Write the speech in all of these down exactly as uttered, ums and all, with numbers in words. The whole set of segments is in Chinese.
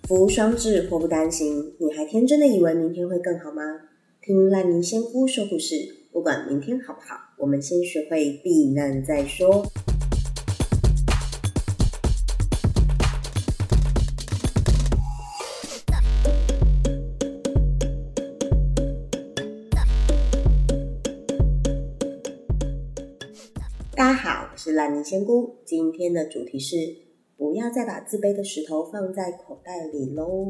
福双至，祸不单行。你还天真的以为明天会更好吗？听烂泥仙姑说故事，不管明天好不好，我们先学会避难再说。大家好，我是烂泥仙姑，今天的主题是不要再把自卑的石头放在口袋里咯。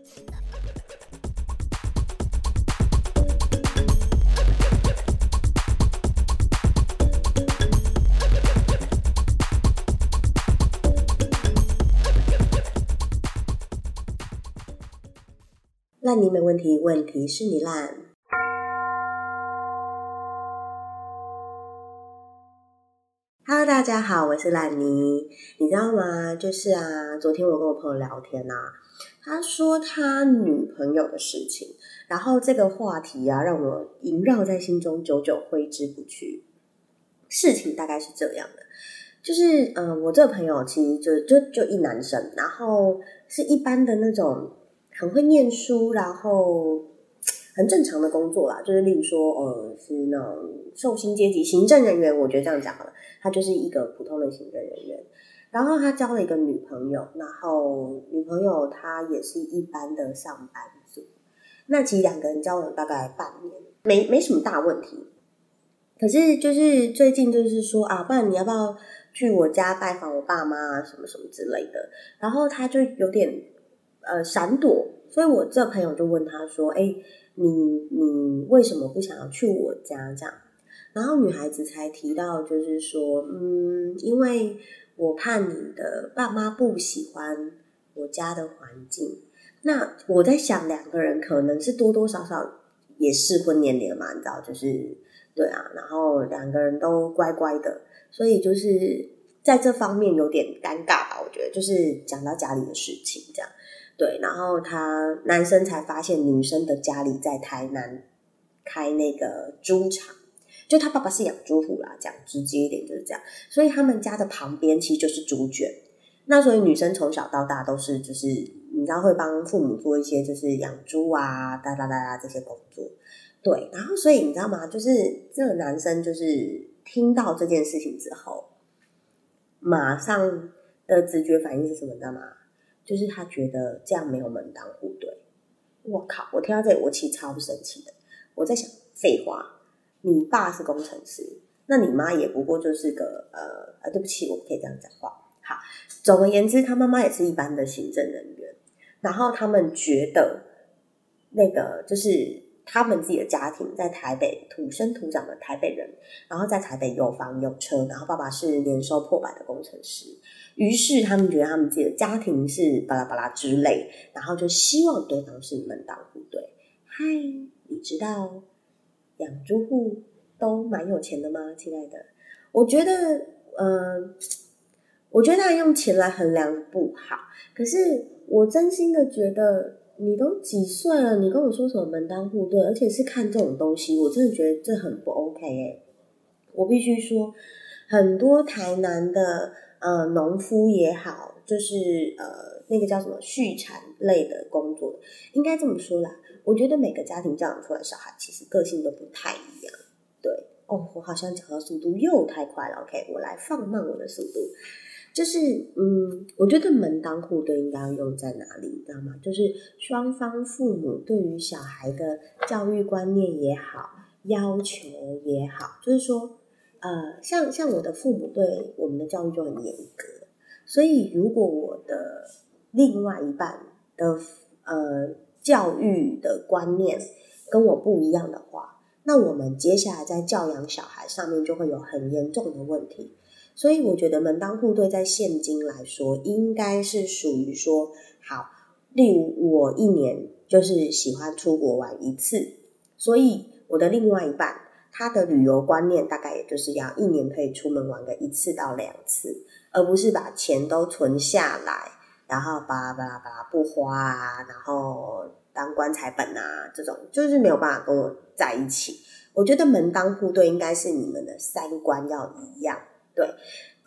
烂泥没问题，问题是你烂。Hello， 大家好，我是烂泥。你知道吗？就是啊，昨天我跟我朋友聊天啊，他说他女朋友的事情，然后这个话题啊，让我萦绕在心中，久久挥之不去。事情大概是这样的，就是嗯、呃，我这个朋友其实就就就一男生，然后是一般的那种很会念书，然后很正常的工作啦，就是例如说，呃，是那种受薪阶级行政人员，我觉得这样讲好了，他就是一个普通的行政人员。然后他交了一个女朋友，然后女朋友她也是一般的上班族。那其实两个人交往大概半年，没没什么大问题。可是就是最近就是说啊，不然你要不要去我家拜访我爸妈啊，什么什么之类的。然后他就有点呃闪躲，所以我这朋友就问他说：“哎，你你为什么不想要去我家这样？”然后女孩子才提到，就是说，嗯，因为我怕你的爸妈不喜欢我家的环境。那我在想，两个人可能是多多少少也适婚年龄了嘛，你知道，就是对啊，然后两个人都乖乖的，所以就是在这方面有点尴尬吧，我觉得就是讲到家里的事情这样。对，然后他男生才发现女生的家里在台南开那个猪场，就他爸爸是养猪户啦，讲直接一点就是这样，所以他们家的旁边其实就是猪圈。那所以女生从小到大都是就是你知道会帮父母做一些就是养猪啊哒哒哒哒这些工作。对，然后所以你知道吗，就是这个男生就是听到这件事情之后，马上的直觉反应是什么你知道吗？就是他觉得这样没有门当户对。我靠，我听到这里我其实超生气的。我在想，废话，你爸是工程师，那你妈也不过就是个呃啊，对不起，我不可以这样讲话。好，总而言之，他妈妈也是一般的行政人员，然后他们觉得那个就是他们自己的家庭在台北土生土长的台北人，然后在台北有房有车，然后爸爸是年收破百的工程师，于是他们觉得他们自己的家庭是巴拉巴拉之类，然后就希望对方是门当户对。嗨，你知道养猪户都蛮有钱的吗，亲爱的？我觉得呃我觉得他用钱来衡量不好，可是我真心的觉得你都几岁了，你跟我说什么门当户对，而且是看这种东西，我真的觉得这很不 OK 欸。我必须说，很多台南的呃农夫也好，就是呃那个叫什么畜产类的工作，应该这么说啦。我觉得每个家庭教养出来小孩其实个性都不太一样。对哦，我好像讲到速度又太快了 ，OK， 我来放慢我的速度。就是嗯，我觉得门当户对应该要用在哪里，你知道吗？就是双方父母对于小孩的教育观念也好，要求也好，就是说呃，像像我的父母对我们的教育就很严格，所以如果我的另外一半的呃教育的观念跟我不一样的话，那我们接下来在教养小孩上面就会有很严重的问题。所以我觉得门当户对在现今来说应该是属于说，好，例如我一年就是喜欢出国玩一次，所以我的另外一半他的旅游观念大概也就是要一年可以出门玩个一次到两次，而不是把钱都存下来，然后巴拉巴拉巴拉不花啊，然后当棺材本啊，这种就是没有办法跟我在一起。我觉得门当户对应该是你们的三观要一样。对，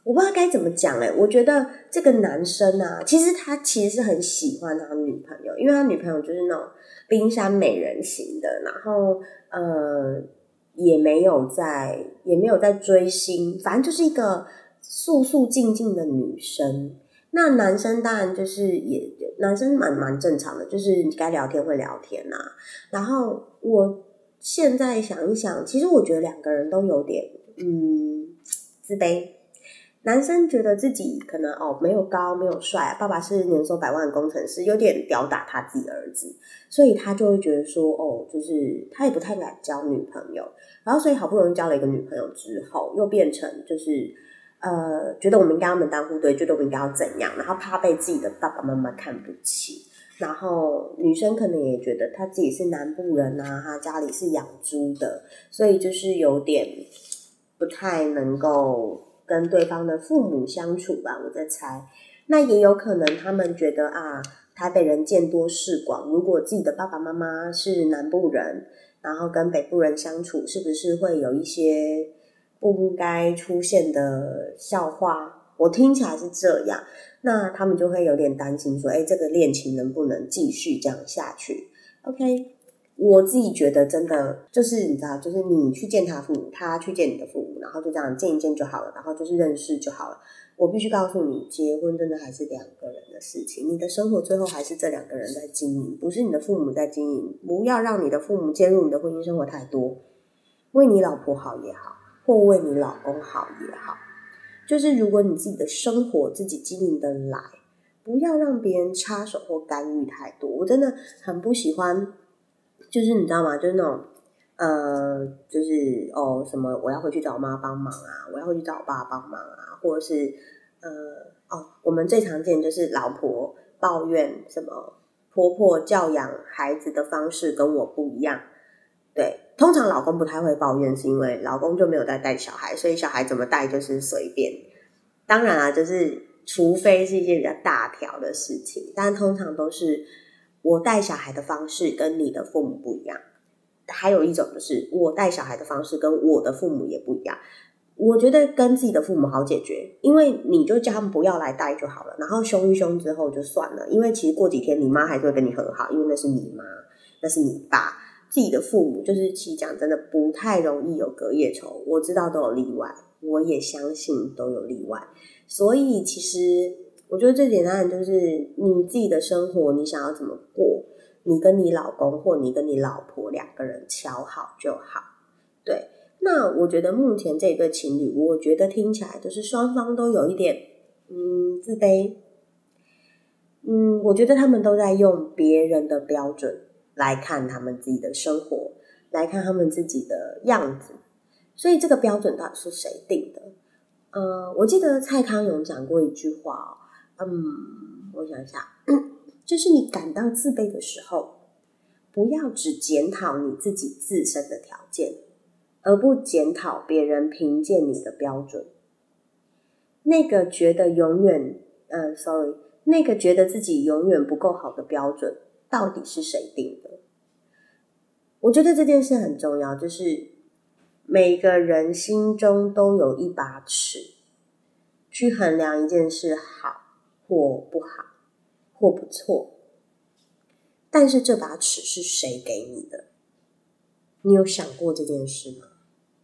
我不知道该怎么讲诶、欸、我觉得这个男生啊，其实他其实是很喜欢他女朋友，因为他女朋友就是那种冰山美人型的，然后呃也没有在也没有在追星，反正就是一个素素静静的女生。那男生当然就是也男生蛮蛮正常的，就是该聊天会聊天啊。然后我现在想一想，其实我觉得两个人都有点嗯自卑。男生觉得自己可能哦没有高没有帅，爸爸是年收百万的工程师，有点吊打他自己儿子，所以他就会觉得说哦，就是他也不太敢交女朋友，然后所以好不容易交了一个女朋友之后，又变成就是呃觉得我们应该要门当户对，觉得我们应该要怎样，然后怕被自己的爸爸妈妈看不起，然后女生可能也觉得她自己是南部人啊，她家里是养猪的，所以就是有点不太能够跟对方的父母相处吧，我在猜。那也有可能他们觉得啊，台北人见多识广，如果自己的爸爸妈妈是南部人，然后跟北部人相处，是不是会有一些不应该出现的笑话？我听起来是这样，那他们就会有点担心说，哎，这个恋情能不能继续这样下去 ？OK。我自己觉得真的就是你知道，就是你去见他父母，他去见你的父母，然后就这样见一见就好了，然后就是认识就好了。我必须告诉你，结婚真的还是两个人的事情，你的生活最后还是这两个人在经营，不是你的父母在经营。不要让你的父母介入你的婚姻生活太多，为你老婆好也好，或为你老公好也好，就是如果你自己的生活自己经营的来，不要让别人插手或干预太多。我真的很不喜欢。就是你知道吗？就是那种，呃，就是哦，什么我要回去找我妈帮忙啊，我要回去找我爸帮忙啊，或者是呃，哦，我们最常见就是老婆抱怨什么婆婆教养孩子的方式跟我不一样。对，通常老公不太会抱怨，是因为老公就没有在带小孩，所以小孩怎么带就是随便。当然啦，就是除非是一些比较大条的事情，但通常都是。我带小孩的方式跟你的父母不一样，还有一种就是我带小孩的方式跟我的父母也不一样。我觉得跟自己的父母好解决，因为你就叫他们不要来带就好了，然后凶一凶之后就算了，因为其实过几天你妈还是会跟你和好，因为那是你妈，那是你爸。自己的父母就是其实讲真的不太容易有隔夜仇，我知道都有例外，我也相信都有例外，所以其实我觉得最简单的就是你自己的生活你想要怎么过，你跟你老公或你跟你老婆两个人瞧好就好。对，那我觉得目前这一对情侣，我觉得听起来就是双方都有一点嗯自卑，嗯，我觉得他们都在用别人的标准来看他们自己的生活，来看他们自己的样子，所以这个标准到底是谁定的？呃，我记得蔡康永讲过一句话哦，嗯，我想一下，就是你感到自卑的时候，不要只检讨你自己自身的条件，而不检讨别人评鉴你的标准。那个觉得永远，呃 ，sorry， 那个觉得自己永远不够好的标准，到底是谁定的？我觉得这件事很重要，就是每个人心中都有一把尺，去衡量一件事好或不好，或不错。但是这把尺是谁给你的？你有想过这件事吗？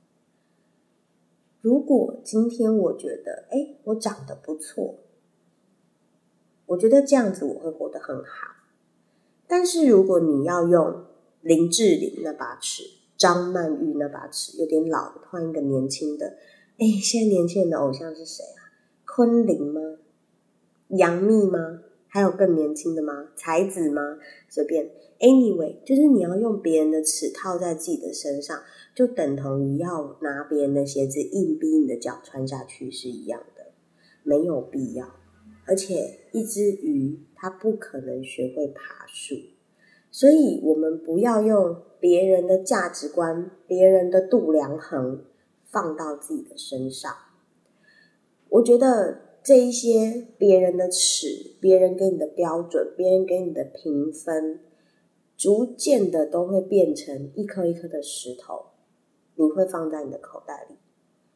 如果今天我觉得，哎，我长得不错，我觉得这样子我会活得很好。但是如果你要用林志玲那把尺，张曼玉那把尺，有点老，换一个年轻的，哎，现在年轻人的偶像是谁啊？昆凌吗？杨幂吗？还有更年轻的吗？才子吗？随便 anyway， 就是你要用别人的尺套在自己的身上，就等同于要拿别人的鞋子硬逼你的脚穿下去是一样的，没有必要。而且一只鱼它不可能学会爬树，所以我们不要用别人的价值观、别人的度量衡放到自己的身上。我觉得这一些别人的尺，别人给你的标准，别人给你的评分，逐渐的都会变成一颗一颗的石头，你会放在你的口袋里。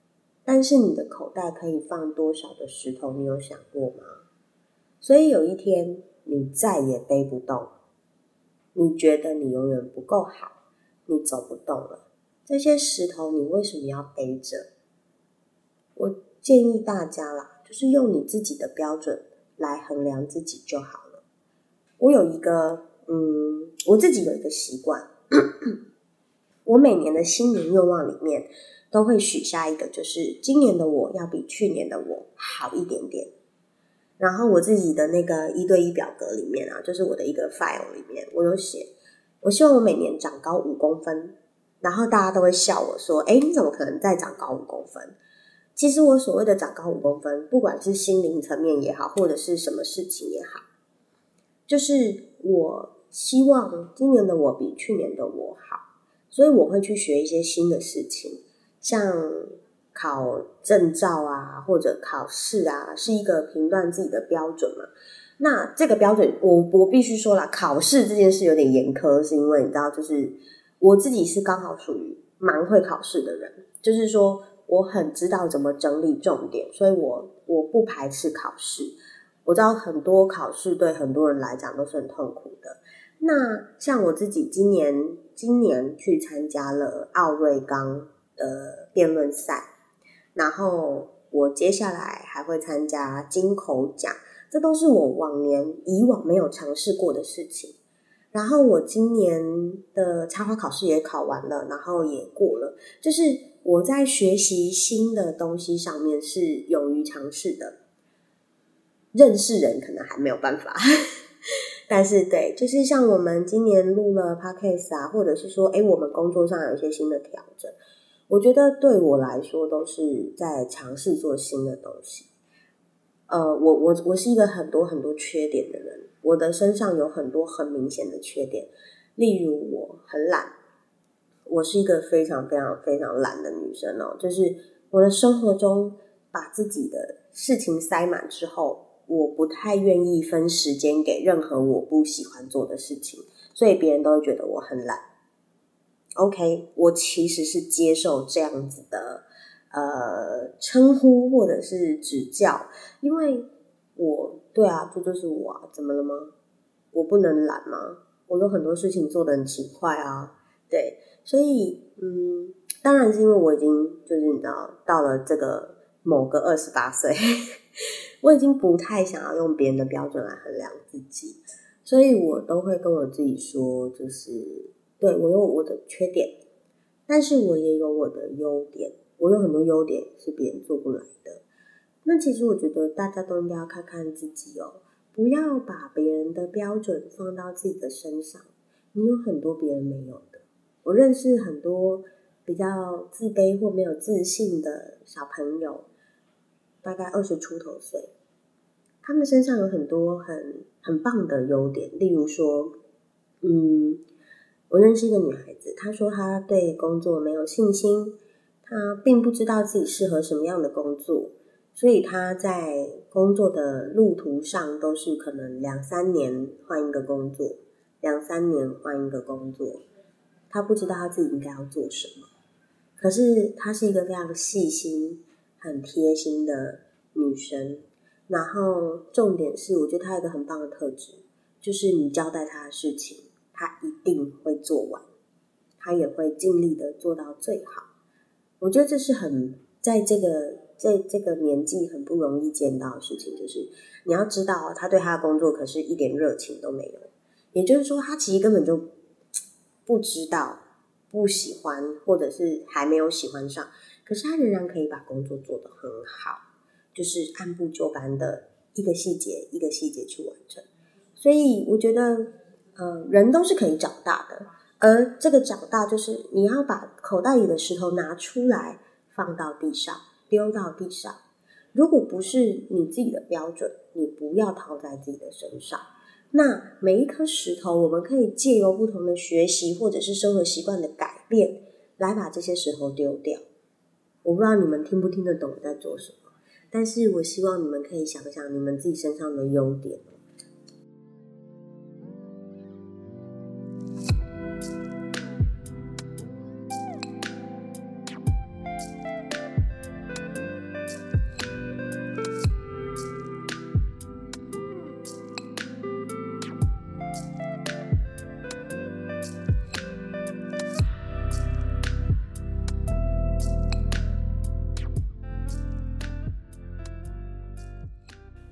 但是你的口袋可以放多少的石头，你有想过吗？所以有一天你再也背不动，你觉得你永远不够好，你走不动了，这些石头你为什么要背着？我建议大家啦，就是用你自己的标准来衡量自己就好了。我有一个嗯，我自己有一个习惯我每年的新年愿望里面都会许下一个，就是今年的我要比去年的我好一点点。然后我自己的那个一对一表格里面啊，就是我的一个 file 里面，我有写，我希望我每年长高五公分。然后大家都会笑我说，诶，你怎么可能再长高五公分？其实我所谓的长高五公分，不管是心灵层面也好，或者是什么事情也好，就是我希望今年的我比去年的我好，所以我会去学一些新的事情，像考证照啊，或者考试啊，是一个评断自己的标准嘛。那这个标准，我我必须说啦，考试这件事有点严苛，是因为你知道，就是我自己是刚好属于蛮会考试的人，就是说我很知道怎么整理重点，所以我我不排斥考试。我知道很多考试对很多人来讲都是很痛苦的。那像我自己今年今年去参加了奥瑞冈的辩论赛，然后我接下来还会参加金口奖，这都是我往年以往没有尝试过的事情。然后我今年的插花考试也考完了，然后也过了，就是我在学习新的东西上面是勇于尝试的。认识人可能还没有办法但是对，就是像我们今年录了 podcast 啊，或者是说诶我们工作上有一些新的调整，我觉得对我来说都是在尝试做新的东西。呃，我我我是一个很多很多缺点的人，我的身上有很多很明显的缺点，例如我很懒，我是一个非常非常非常懒的女生哦，就是我的生活中把自己的事情塞满之后，我不太愿意分时间给任何我不喜欢做的事情，所以别人都会觉得我很懒。OK， 我其实是接受这样子的呃称呼或者是指教，因为我对啊，这就是我啊，怎么了吗？我不能懒吗？我有很多事情做得很勤快啊，对，所以嗯，当然是因为我已经就是你知道到了这个某个二十八岁我已经不太想要用别人的标准来衡量自己，所以我都会跟我自己说，就是对，我有我的缺点，但是我也有我的优点，我有很多优点是别人做不来的。那其实我觉得大家都应该要看看自己哦，不要把别人的标准放到自己的身上，你有很多别人没有的。我认识很多比较自卑或没有自信的小朋友，大概二十出头岁，他们身上有很多很很棒的优点，例如说嗯，我认识一个女孩子，她说她对工作没有信心，她并不知道自己适合什么样的工作，所以她在工作的路途上都是可能两三年换一个工作，两三年换一个工作，她不知道她自己应该要做什么。可是她是一个非常细心、很贴心的女生，然后重点是，我觉得她有一个很棒的特质，就是你交代她的事情，她一定会做完，她也会尽力的做到最好。我觉得这是很在这个在这个年纪很不容易见到的事情，就是你要知道她对她的工作可是一点热情都没有，也就是说她其实根本就不知道、不喜欢，或者是还没有喜欢上，可是她仍然可以把工作做得很好，就是按部就班的一个细节一个细节去完成。所以我觉得呃，人都是可以长大的，而这个长大就是你要把口袋里的石头拿出来放到地上，丢到地上。如果不是你自己的标准，你不要套在自己的身上。那每一颗石头我们可以借由不同的学习或者是生活习惯的改变来把这些石头丢掉。我不知道你们听不听得懂我在做什么，但是我希望你们可以想想你们自己身上的优点。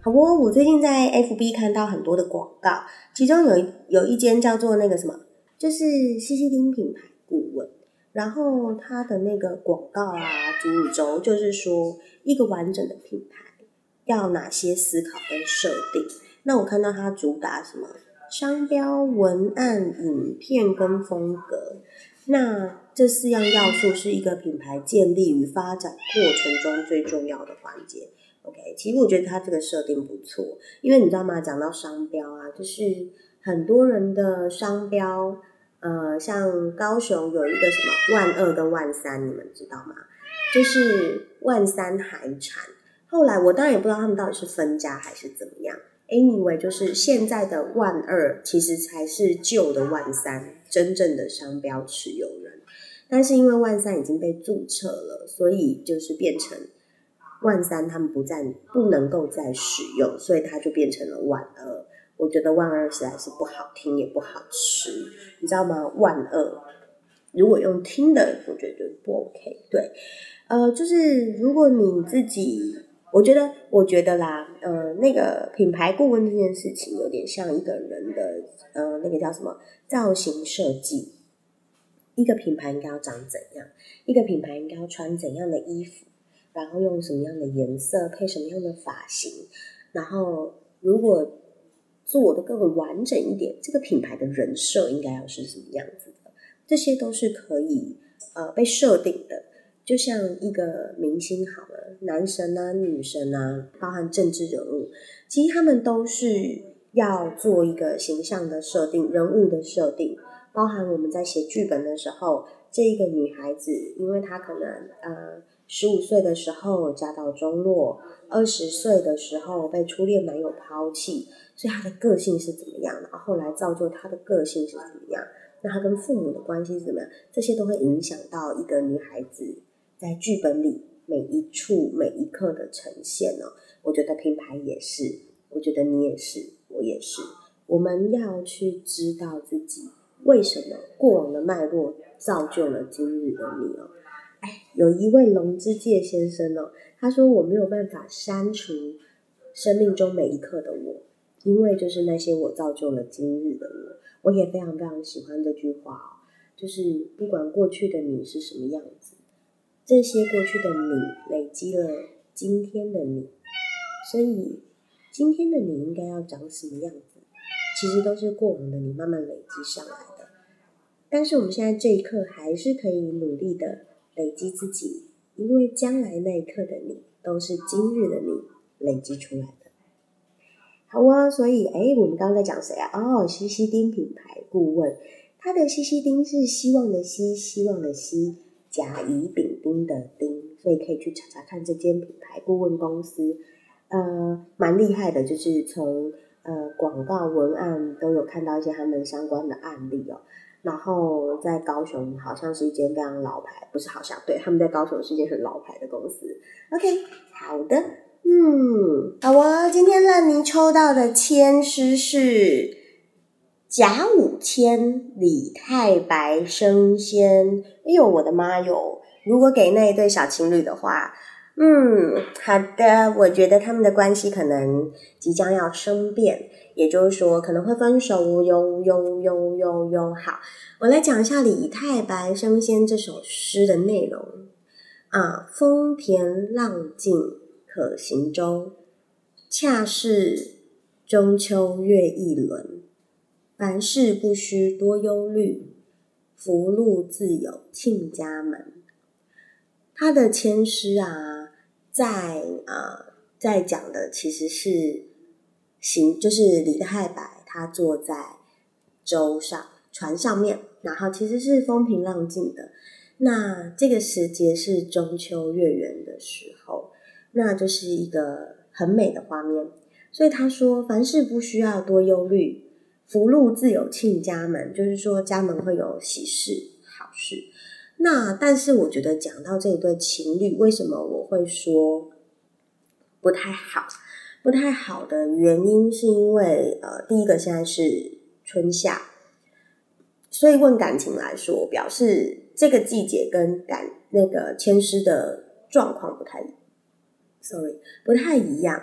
好哦，我最近在 F B 看到很多的广告，其中有一有一间叫做那个什么，就是西西丁品牌顾问，然后它的那个广告啊，主轴就是说一个完整的品牌要哪些思考跟设定。那我看到它主打什么商标、文案、影片跟风格，那这四样要素是一个品牌建立与发展过程中最重要的环节。OK， 其实我觉得它这个设定不错，因为你知道吗？讲到商标啊，就是很多人的商标，呃，像高雄有一个什么万二跟万三，你们知道吗？就是万三海产，后来我当然也不知道他们到底是分家还是怎么样。Anyway， 就是现在的万二其实才是旧的万三真正的商标持有人，但是因为万三已经被注册了，所以就是变成万三他们不再不能够再使用，所以它就变成了万二。我觉得万二实在是不好听也不好吃，你知道吗？万二如果用听的，我觉得就不 OK。对，呃，就是如果你自己，我觉得，我觉得啦，呃，那个品牌顾问这件事情有点像一个人的，呃，那个叫什么造型设计。一个品牌应该要长怎样？一个品牌应该要穿怎样的衣服？然后用什么样的颜色，配什么样的发型，然后如果做得更完整一点，这个品牌的人设应该要是什么样子的，这些都是可以呃被设定的。就像一个明星好了，男神啊、女神啊，包含政治人物，其实他们都是要做一个形象的设定、人物的设定，包含我们在写剧本的时候，这一个女孩子，因为她可能呃十五岁的时候家道中落，二十岁的时候被初恋男友抛弃，所以她的个性是怎么样，然后后来造就她的个性是怎么样，那她跟父母的关系是怎么样，这些都会影响到一个女孩子在剧本里每一处每一刻的呈现哦。我觉得品牌也是，我觉得你也是，我也是，我们要去知道自己为什么过往的脉络造就了今日的你哦。哎，有一位龙之介先生哦，他说我没有办法删除生命中每一刻的我，因为就是那些我造就了今日的我。我也非常非常喜欢这句话哦，就是不管过去的你是什么样子，这些过去的你累积了今天的你，所以今天的你应该要长什么样子，其实都是过往的你慢慢累积上来的。但是我们现在这一刻还是可以努力的累积自己，因为将来那一刻的你都是今日的你累积出来的。好啊，所以诶我们刚刚在讲谁啊？哦，西西丁品牌顾问，他的西西丁是希望的希，希望的希，甲乙丙丁的丁，所以可以去查查看这间品牌顾问公司，呃，蛮厉害的，就是从呃广告文案都有看到一些他们相关的案例哦。然后在高雄好像是一间非常老牌，不是好像，对，他们在高雄是一间很老牌的公司。OK， 好的，嗯，好哦，今天烂泥抽到的签诗是甲午签李太白升仙。哎呦，我的妈哟！如果给那一对小情侣的话，嗯，好的，我觉得他们的关系可能即将要生变，也就是说可能会分手哟哟哟哟哟。好，我来讲一下李太白升仙这首诗的内容啊，风平浪静可行舟，恰是中秋月一轮，凡事不须多忧虑，福禄自有庆家门。他的签诗啊，在呃在讲的其实是行，就是李太白他坐在舟上船上面，然后其实是风平浪静的。那这个时节是中秋月圆的时候，那就是一个很美的画面。所以他说，凡事不需要多忧虑，福禄自有庆家门，就是说家门会有喜事好事。那但是我觉得讲到这一对情侣，为什么我会说不太好？不太好的原因是因为呃，第一个现在是春夏，所以问感情来说，表示这个季节跟感那个签诗的状况不太 ，sorry 不太一样。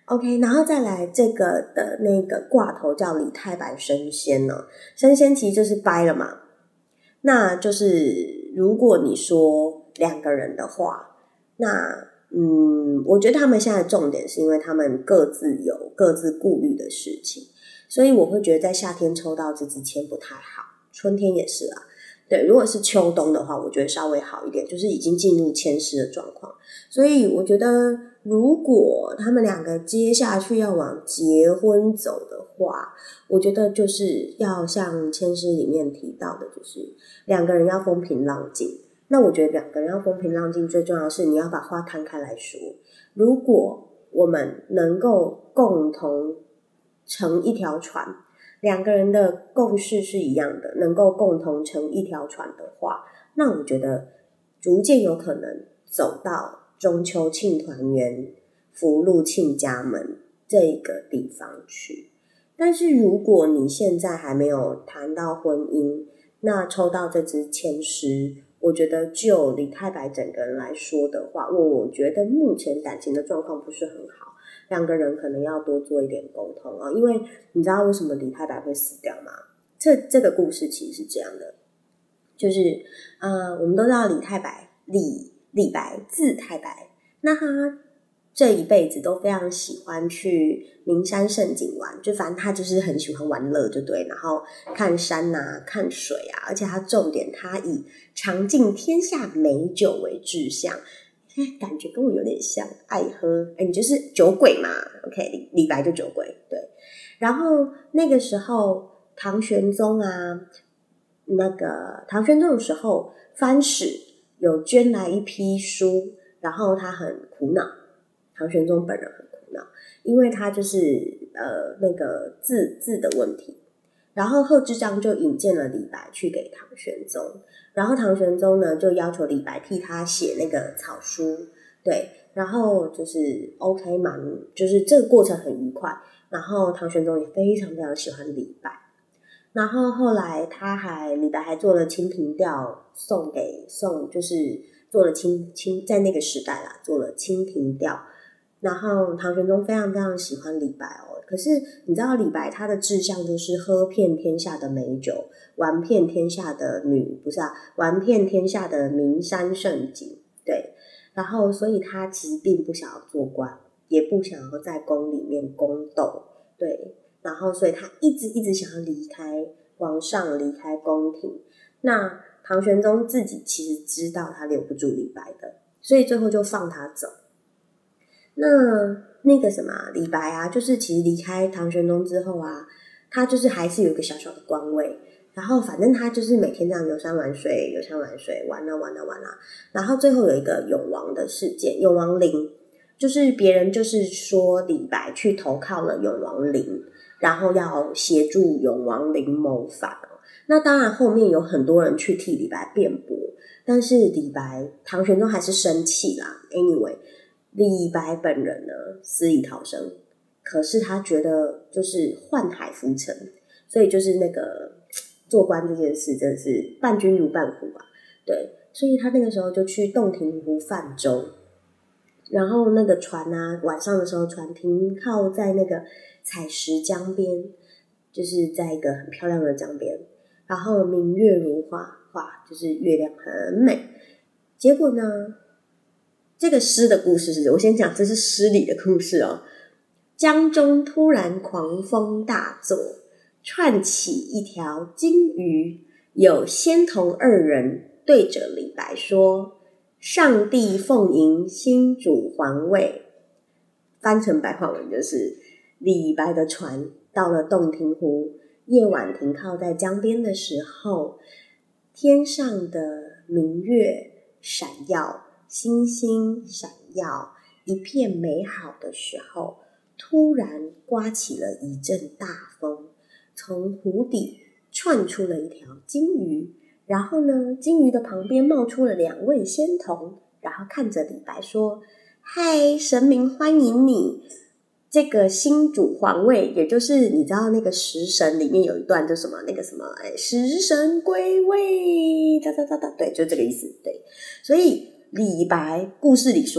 OK， 然后再来这个的那个卦头叫李太白升仙呢，升仙其实就是掰了嘛。那就是如果你说两个人的话，那嗯，我觉得他们现在的重点是因为他们各自有各自顾虑的事情，所以我会觉得在夏天抽到这支签不太好，春天也是啊。对，如果是秋冬的话，我觉得稍微好一点，就是已经进入签诗的状况。所以我觉得如果他们两个接下去要往结婚走的话，我觉得就是要像签诗里面提到的，就是两个人要风平浪静。那我觉得两个人要风平浪静，最重要的是你要把话摊开来说。如果我们能够共同乘一条船，两个人的共识是一样的，能够共同乘一条船的话，那我觉得逐渐有可能走到中秋庆团圆、福禄庆家门这个地方去。但是如果你现在还没有谈到婚姻，那抽到这支签诗，我觉得就李太白整个人来说的话，我觉得目前感情的状况不是很好，两个人可能要多做一点沟通啊。因为你知道为什么李太白会死掉吗？这这个故事其实是这样的，就是呃，我们都知道李太白，李李白字太白，那他这一辈子都非常喜欢去名山胜景玩，就反正他就是很喜欢玩乐就对，然后看山啊看水啊，而且他重点他以尝尽天下美酒为志向，感觉跟我有点像，爱喝，哎，你就是酒鬼嘛 OK， 李, 李白就酒鬼，对。然后那个时候唐玄宗啊，那个唐玄宗的时候藩使有捐来一批书，然后他很苦恼，唐玄宗本人很苦恼，因为他就是呃那个字字的问题，然后贺知章就引荐了李白去给唐玄宗，然后唐玄宗呢就要求李白替他写那个草书，对，然后就是 OK 嘛，就是这个过程很愉快，然后唐玄宗也非常非常喜欢李白，然后后来他还李白还做了清平调送给送就是做了清清在那个时代啦做了清平调，然后唐玄宗非常非常喜欢李白哦。可是你知道李白他的志向就是喝遍天下的美酒，玩遍天下的女不是啊，玩遍天下的名山胜景，对。然后所以他其实并不想要做官，也不想要在宫里面宫斗，对。然后所以他一直一直想要离开皇上，离开宫廷。那唐玄宗自己其实知道他留不住李白的，所以最后就放他走。那那个什么李白啊，就是其实离开唐玄宗之后啊，他就是还是有一个小小的官位，然后反正他就是每天这样游山玩水游山玩水玩啊玩啊玩啊，然后最后有一个永王的事件，永王陵，就是别人就是说李白去投靠了永王陵，然后要协助永王陵谋反哦。那当然后面有很多人去替李白辩驳，但是李白唐玄宗还是生气啦。 anyway，李白本人呢死里逃生，可是他觉得就是宦海浮沉，所以就是那个做官这件事真的是伴君如伴虎啊，对，所以他那个时候就去洞庭湖泛舟，然后那个船啊晚上的时候船停靠在那个采石江边，就是在一个很漂亮的江边，然后明月如画，哇，就是月亮很美。结果呢这个诗的故事是我先讲，这是诗里的故事哦。江中突然狂风大作，窜起一条金鱼，有仙童二人对着李白说：上帝奉迎新主还位。翻成白话文就是李白的船到了洞庭湖，夜晚停靠在江边的时候，天上的明月闪耀，星星闪耀，一片美好的时候，突然刮起了一阵大风，从湖底窜出了一条金鱼，然后呢金鱼的旁边冒出了两位仙童，然后看着李白说：嗨，神明欢迎你，这个新主皇位，也就是你知道那个食神里面有一段就什么那个什么哎，食神归位哒哒哒哒，对，就这个意思，对。所以李白故事里说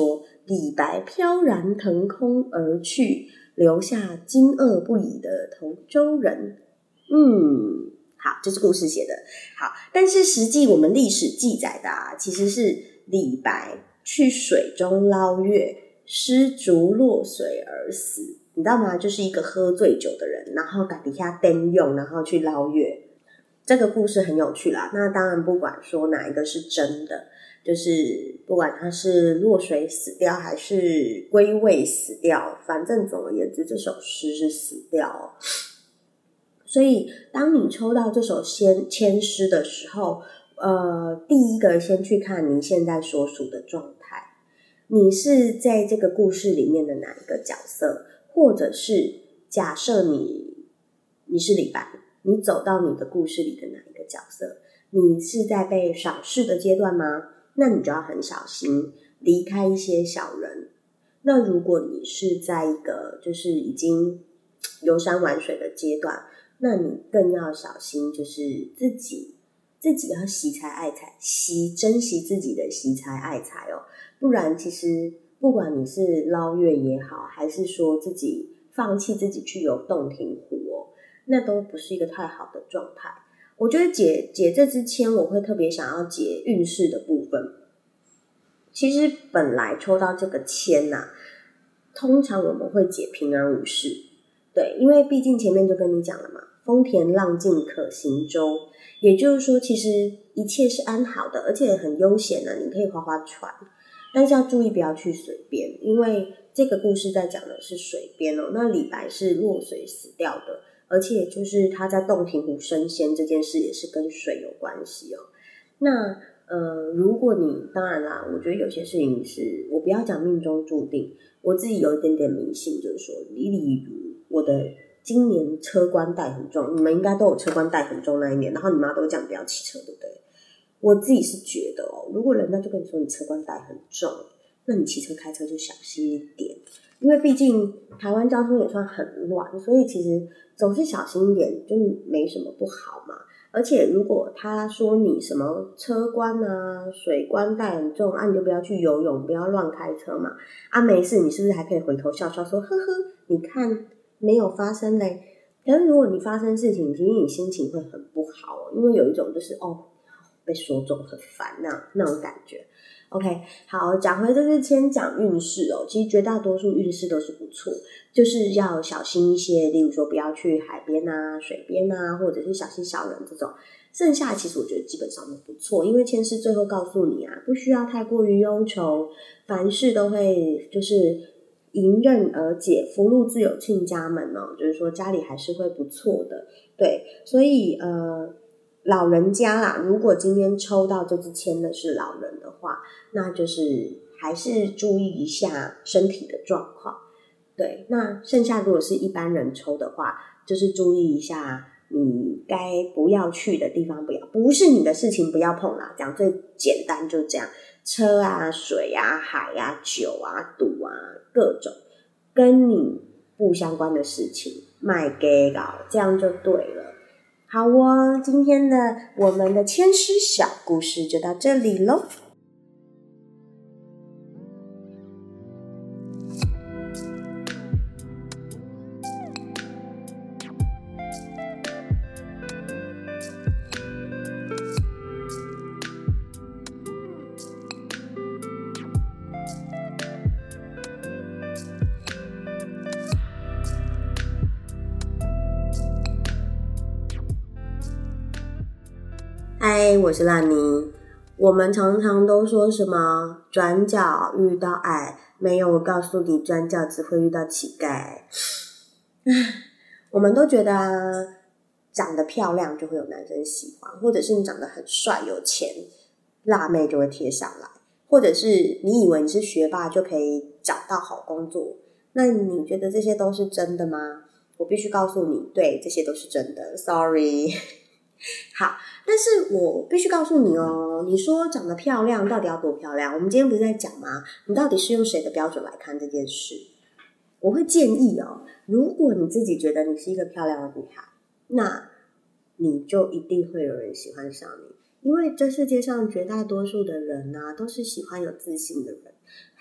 李白飘然腾空而去，留下惊愕不已的同州人。嗯，好，这是故事写的。好，但是实际我们历史记载的啊，其实是李白去水中捞月，失足落水而死。你知道吗？就是一个喝醉酒的人，然后赶底下灯用，然后去捞月。这个故事很有趣啦。那当然不管说哪一个是真的，就是不管他是落水死掉还是归位死掉，反正总而言之这首诗是死掉哦。所以当你抽到这首签诗的时候，呃，第一个先去看你现在所属的状态，你是在这个故事里面的哪一个角色，或者是假设你你是李白，你走到你的故事里的哪一个角色，你是在被赏识的阶段吗？那你就要很小心离开一些小人。那如果你是在一个就是已经游山玩水的阶段，那你更要小心，就是自己自己要惜才爱才，惜珍惜自己的惜才爱才哦。不然其实不管你是捞月也好，还是说自己放弃自己去游洞庭湖哦，那都不是一个太好的状态。我觉得解解这支签，我会特别想要解运势的部分。其实本来抽到这个签啊，通常我们会解平安无事，对，因为毕竟前面就跟你讲了嘛，风平浪静可行舟，也就是说其实一切是安好的，而且很悠闲的，你可以划划船，但是要注意不要去水边，因为这个故事在讲的是水边哦。那李白是落水死掉的，而且就是他在洞庭湖升仙这件事也是跟水有关系哦。那呃，如果你当然啦，我觉得有些事情是我不要讲命中注定，我自己有一点点迷信，就是说，例如我的今年车关带很重，你们应该都有车关带很重那一年，然后你妈都讲不要骑车，对不对？我自己是觉得哦，如果人家就跟你说你车关带很重，那你骑车开车就小心一点，因为毕竟台湾交通也算很乱，所以其实总是小心一点就没什么不好嘛。而且如果他说你什么车关啊水关带很重啊，你就不要去游泳，不要乱开车嘛。啊没事，你是不是还可以回头笑笑说呵呵你看没有发生嘞。但是如果你发生事情，其实你心情会很不好哦，因为有一种就是哦被说中很烦那那种感觉。OK， 好，讲回就是先讲运势哦。其实绝大多数运势都是不错，就是要小心一些，例如说不要去海边啊、水边啊，或者是小心小人这种。剩下其实我觉得基本上都不错，因为签诗最后告诉你啊，不需要太过于忧愁，凡事都会就是迎刃而解，福禄自有亲家门哦，就是说家里还是会不错的。对，所以呃。老人家啦，如果今天抽到这支签的是老人的话，那就是还是注意一下身体的状况。对，那剩下如果是一般人抽的话，就是注意一下你该不要去的地方不要，不是你的事情不要碰啦，讲最简单就这样，车啊、水啊、海啊、酒啊、赌啊，各种跟你不相关的事情，卖给搞，这样就对了。好哦，今天的我们的签诗小故事就到这里咯。嗨，我是烂泥。我们常常都说什么转角遇到爱，没有，我告诉你，转角只会遇到乞丐。我们都觉得啊，长得漂亮就会有男生喜欢，或者是你长得很帅有钱，辣妹就会贴上来，或者是你以为你是学霸就可以找到好工作。那你觉得这些都是真的吗？我必须告诉你，对，这些都是真的 Sorry 好，但是我必须告诉你哦，你说长得漂亮到底要多漂亮？我们今天不是在讲吗？你到底是用谁的标准来看这件事？我会建议哦，如果你自己觉得你是一个漂亮的女孩，那你就一定会有人喜欢上你，因为这世界上绝大多数的人啊，都是喜欢有自信的人。好，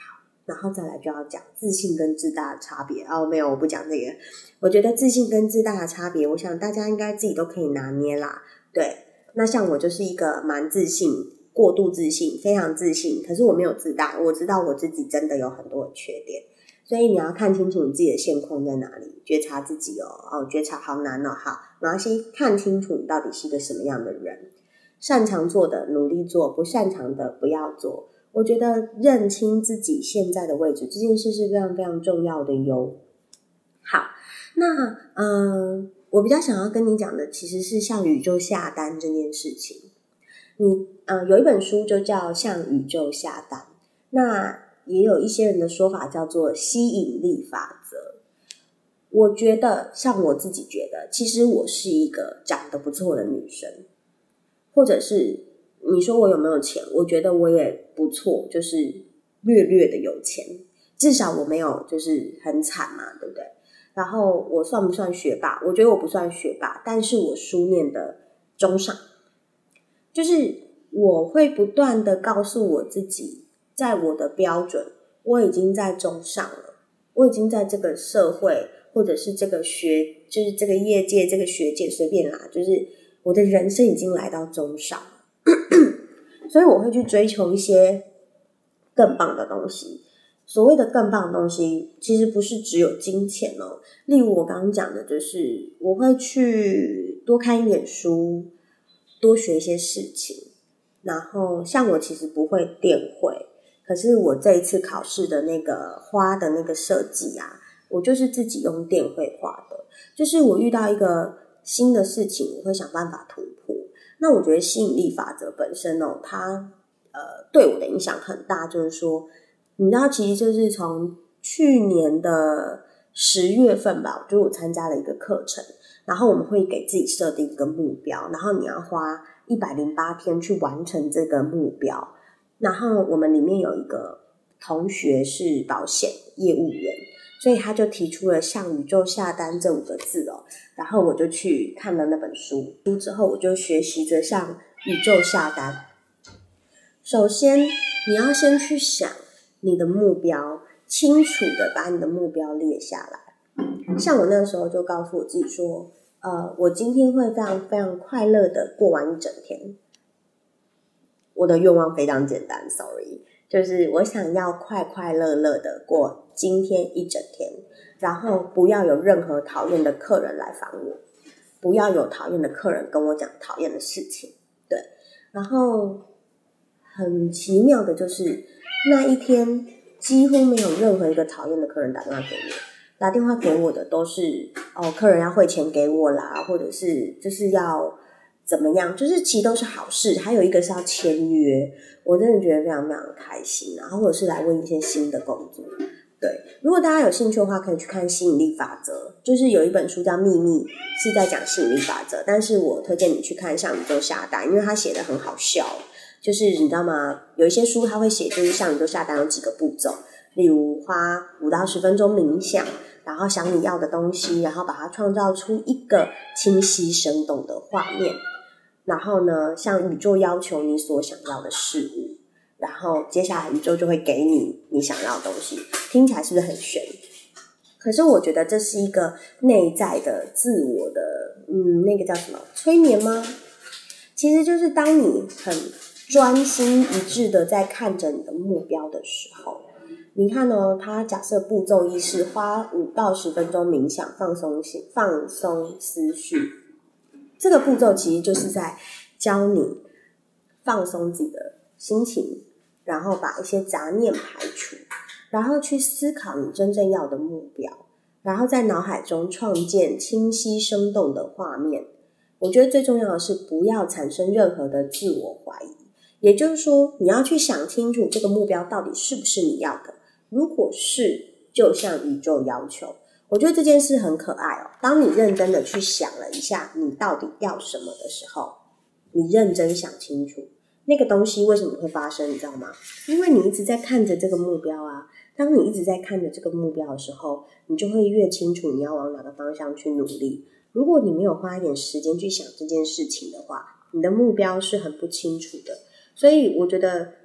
然后再来就要讲自信跟自大的差别。哦，没有，我不讲这个。我觉得自信跟自大的差别，我想大家应该自己都可以拿捏啦。对，那像我就是一个蛮自信、过度自信、非常自信，可是我没有自大，我知道我自己真的有很多的缺点。所以你要看清楚你自己的现况在哪里，觉察自己哦。哦，觉察好难哦。好，我要先看清楚你到底是一个什么样的人，擅长做的努力做，不擅长的不要做。我觉得认清自己现在的位置这件事是非常非常重要的哟。好，那嗯，我比较想要跟你讲的其实是向宇宙下单这件事情。你呃有一本书就叫《向宇宙下单》，那也有一些人的说法叫做吸引力法则。我觉得像我自己觉得，其实我是一个长得不错的女生，或者是你说我有没有钱，我觉得我也不错，就是略略的有钱，至少我没有就是很惨嘛，对不对？然后我算不算学霸？我觉得我不算学霸，但是我书念的中上，就是我会不断的告诉我自己，在我的标准我已经在中上了，我已经在这个社会或者是这个学就是这个业界这个学界随便啦，就是我的人生已经来到中上了所以我会去追求一些更棒的东西。所谓的更棒的东西其实不是只有金钱哦，例如我刚刚讲的就是我会去多看一点书，多学一些事情。然后像我其实不会电绘，可是我这一次考试的那个花的那个设计啊，我就是自己用电绘画的。就是我遇到一个新的事情，我会想办法突破。那我觉得吸引力法则本身哦，它呃对我的影响很大，就是说你知道其实就是从去年的十月份吧，就是我参加了一个课程，然后我们会给自己设定一个目标，然后你要花一百零八天去完成这个目标。然后我们里面有一个同学是保险业务员，所以他就提出了向宇宙下单这五个字哦，然后我就去看了那本书，书之后我就学习着向宇宙下单。首先你要先去想你的目标，清楚的把你的目标列下来。像我那时候就告诉我自己说呃，我今天会非常非常快乐的过完一整天。我的愿望非常简单 sorry， 就是我想要快快乐乐的过今天一整天，然后不要有任何讨厌的客人来烦我，不要有讨厌的客人跟我讲讨厌的事情。对，然后很奇妙的就是那一天几乎没有任何一个讨厌的客人打电话给我，打电话给我的都是哦，客人要汇钱给我啦，或者是就是要怎么样，就是其实都是好事。还有一个是要签约，我真的觉得非常非常开心，然后或者是来问一些新的工作。对，如果大家有兴趣的话，可以去看吸引力法则，就是有一本书叫秘密，是在讲吸引力法则，但是我推荐你去看向宇宙下单，因为他写的很好笑。就是你知道吗，有一些书他会写就是向宇宙下单有几个步骤，例如花五到十分钟冥想，然后想你要的东西，然后把它创造出一个清晰生动的画面，然后呢向宇宙要求你所想要的事物，然后接下来宇宙就会给你你想要的东西。听起来是不是很玄？可是我觉得这是一个内在的自我的嗯，那个叫什么催眠吗？其实就是当你很专心一致的在看着你的目标的时候，你看哦，他假设步骤一是花五到十分钟冥想，放松心，放松思绪。这个步骤其实就是在教你放松自己的心情，然后把一些杂念排除，然后去思考你真正要的目标，然后在脑海中创建清晰生动的画面。我觉得最重要的是不要产生任何的自我怀疑，也就是说你要去想清楚这个目标到底是不是你要的，如果是就向宇宙要求。我觉得这件事很可爱哦。当你认真的去想了一下你到底要什么的时候，你认真想清楚那个东西为什么会发生，你知道吗？因为你一直在看着这个目标啊，当你一直在看着这个目标的时候，你就会越清楚你要往哪个方向去努力。如果你没有花一点时间去想这件事情的话，你的目标是很不清楚的。所以我觉得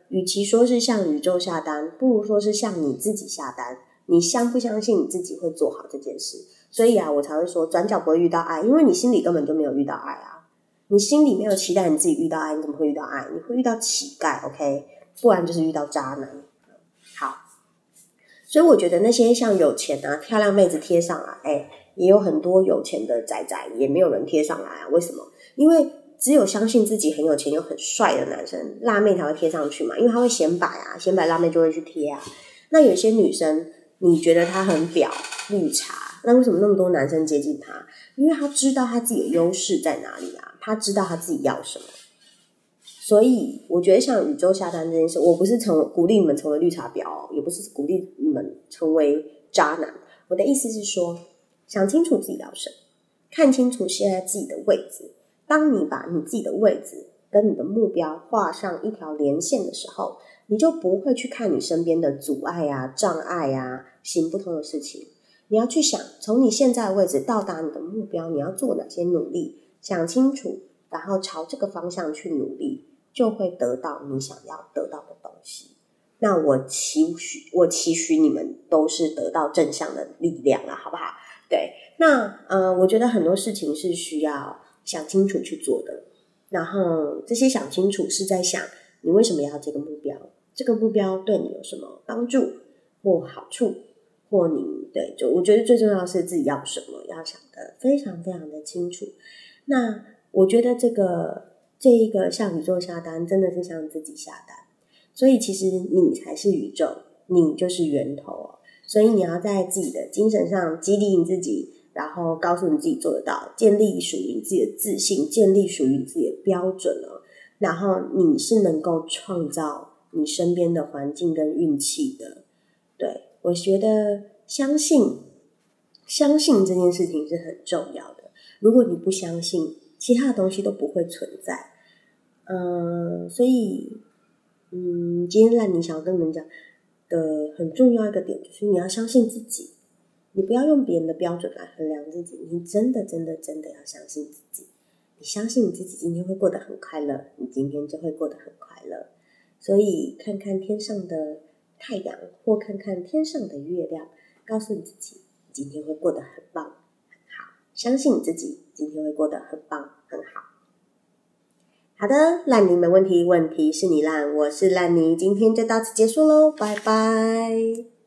与其说是向宇宙下单，不如说是向你自己下单。你相不相信你自己会做好这件事？所以啊，我才会说转角不会遇到爱，因为你心里根本就没有遇到爱啊。你心里没有期待你自己遇到爱，你怎么会遇到爱？你会遇到乞丐 ，OK？ 不然就是遇到渣男。好，所以我觉得那些像有钱啊、漂亮妹子贴上来，哎，也有很多有钱的宅宅，也没有人贴上来啊。为什么？因为只有相信自己很有钱又很帅的男生，辣妹才会贴上去嘛，因为他会显摆啊，显摆辣妹就会去贴啊。那有些女生，你觉得她很婊绿茶，那为什么那么多男生接近她？因为她知道她自己的优势在哪里啊，她知道她自己要什么。所以我觉得像宇宙下单这件事，我不是成鼓励你们成为绿茶婊哦，也不是鼓励你们成为渣男。我的意思是说，想清楚自己要什么，看清楚现在自己的位置。当你把你自己的位置跟你的目标画上一条连线的时候，你就不会去看你身边的阻碍啊、障碍啊、行不通的事情。你要去想，从你现在的位置到达你的目标，你要做哪些努力，想清楚，然后朝这个方向去努力，就会得到你想要得到的东西。那我期许，我期许你们都是得到正向的力量啊，好不好？对，那呃，我觉得很多事情是需要想清楚去做的。然后这些想清楚是在想你为什么要这个目标，这个目标对你有什么帮助或好处，或你对，就我觉得最重要的是自己要什么，要想得非常非常的清楚。那我觉得这个这一个向宇宙下单真的是向自己下单，所以其实你才是宇宙，你就是源头哦。所以你要在自己的精神上激励你自己，然后告诉你自己做得到，建立属于你自己的自信，建立属于你自己的标准哦。然后你是能够创造你身边的环境跟运气的。对，我觉得相信相信这件事情是很重要的。如果你不相信，其他的东西都不会存在。嗯，所以嗯，今天烂泥想要跟你们讲的很重要一个点就是你要相信自己，你不要用别人的标准来衡量自己，你真的真的真的要相信自己。你相信你自己今天会过得很快乐，你今天就会过得很快乐。所以看看天上的太阳，或看看天上的月亮，告诉你自己你今天会过得很棒很好，相信你自己今天会过得很棒很好。好的，烂泥没问题，问题是你烂，我是烂泥，今天就到此结束咯，拜拜。